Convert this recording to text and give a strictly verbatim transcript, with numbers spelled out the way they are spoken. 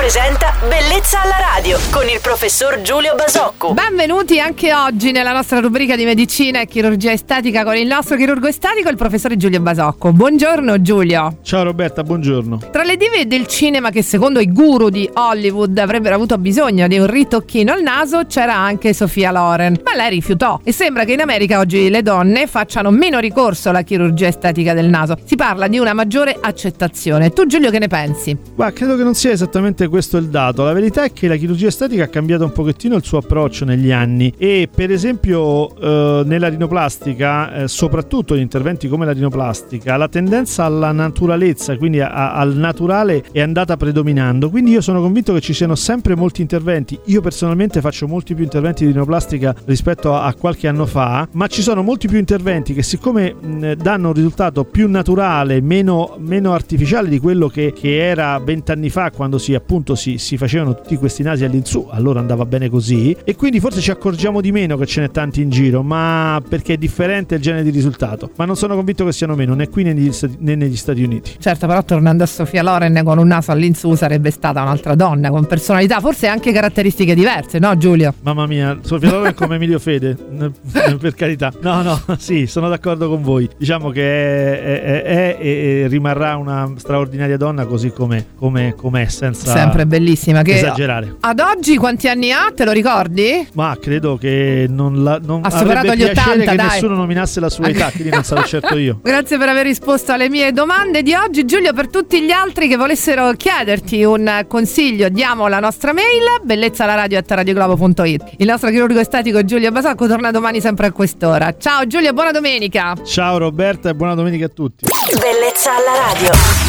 presenta Bellezza alla radio con il professor Giulio Basocco. Benvenuti anche oggi nella nostra rubrica di medicina e chirurgia estetica con il nostro chirurgo estetico, il professore Giulio Basocco. Buongiorno Giulio. Ciao Roberta, buongiorno. Tra le dive del cinema che secondo i guru di Hollywood avrebbero avuto bisogno di un ritocchino al naso c'era anche Sophia Loren, ma lei rifiutò e sembra che in America oggi le donne facciano meno ricorso alla chirurgia estetica del naso. Si parla di una maggiore accettazione. Tu Giulio che ne pensi? Guarda, credo che non sia esattamente questo il dato. La verità è che la chirurgia estetica ha cambiato un pochettino il suo approccio negli anni e per esempio eh, nella rinoplastica, eh, soprattutto in interventi come la rinoplastica, la tendenza alla naturalezza, quindi a, a, al naturale è andata predominando. Quindi io sono convinto che ci siano sempre molti interventi. Io personalmente faccio molti più interventi di rinoplastica rispetto a, a qualche anno fa, ma ci sono molti più interventi che siccome mh, danno un risultato più naturale, meno, meno artificiale di quello che, che era vent'anni fa, quando si appunto si, si facevano tutti questi nasi all'insù, allora andava bene così, e quindi forse ci accorgiamo di meno che ce n'è tanti in giro, ma perché è differente il genere di risultato. Ma non sono convinto che siano meno né qui né negli, Stati, né negli Stati Uniti. Certo, però tornando a Sophia Loren con un naso all'insù sarebbe stata un'altra donna con personalità, forse anche caratteristiche diverse, no Giulio? Mamma mia, Sophia Loren come Emilio Fede, per carità. No, no, sì, sono d'accordo con voi. Diciamo che è, è, è, è e rimarrà una straordinaria donna così come come com'è, senza sempre bellissima. Che esagerare. Ad oggi quanti anni ha? Te lo ricordi? Ma credo che non la non ha superato gli ottanta, che dai. Nessuno nominasse la sua età, quindi non sarò certo io. Grazie per aver risposto alle mie domande di oggi Giulio. Per tutti gli altri che volessero chiederti un consiglio, diamo la nostra mail bellezzalaradio chiocciola radioglobo punto it. Il nostro chirurgo estetico Giulio Basocco torna domani sempre a quest'ora. Ciao Giulio, buona domenica. Ciao Roberta e buona domenica a tutti. Bellezza alla radio.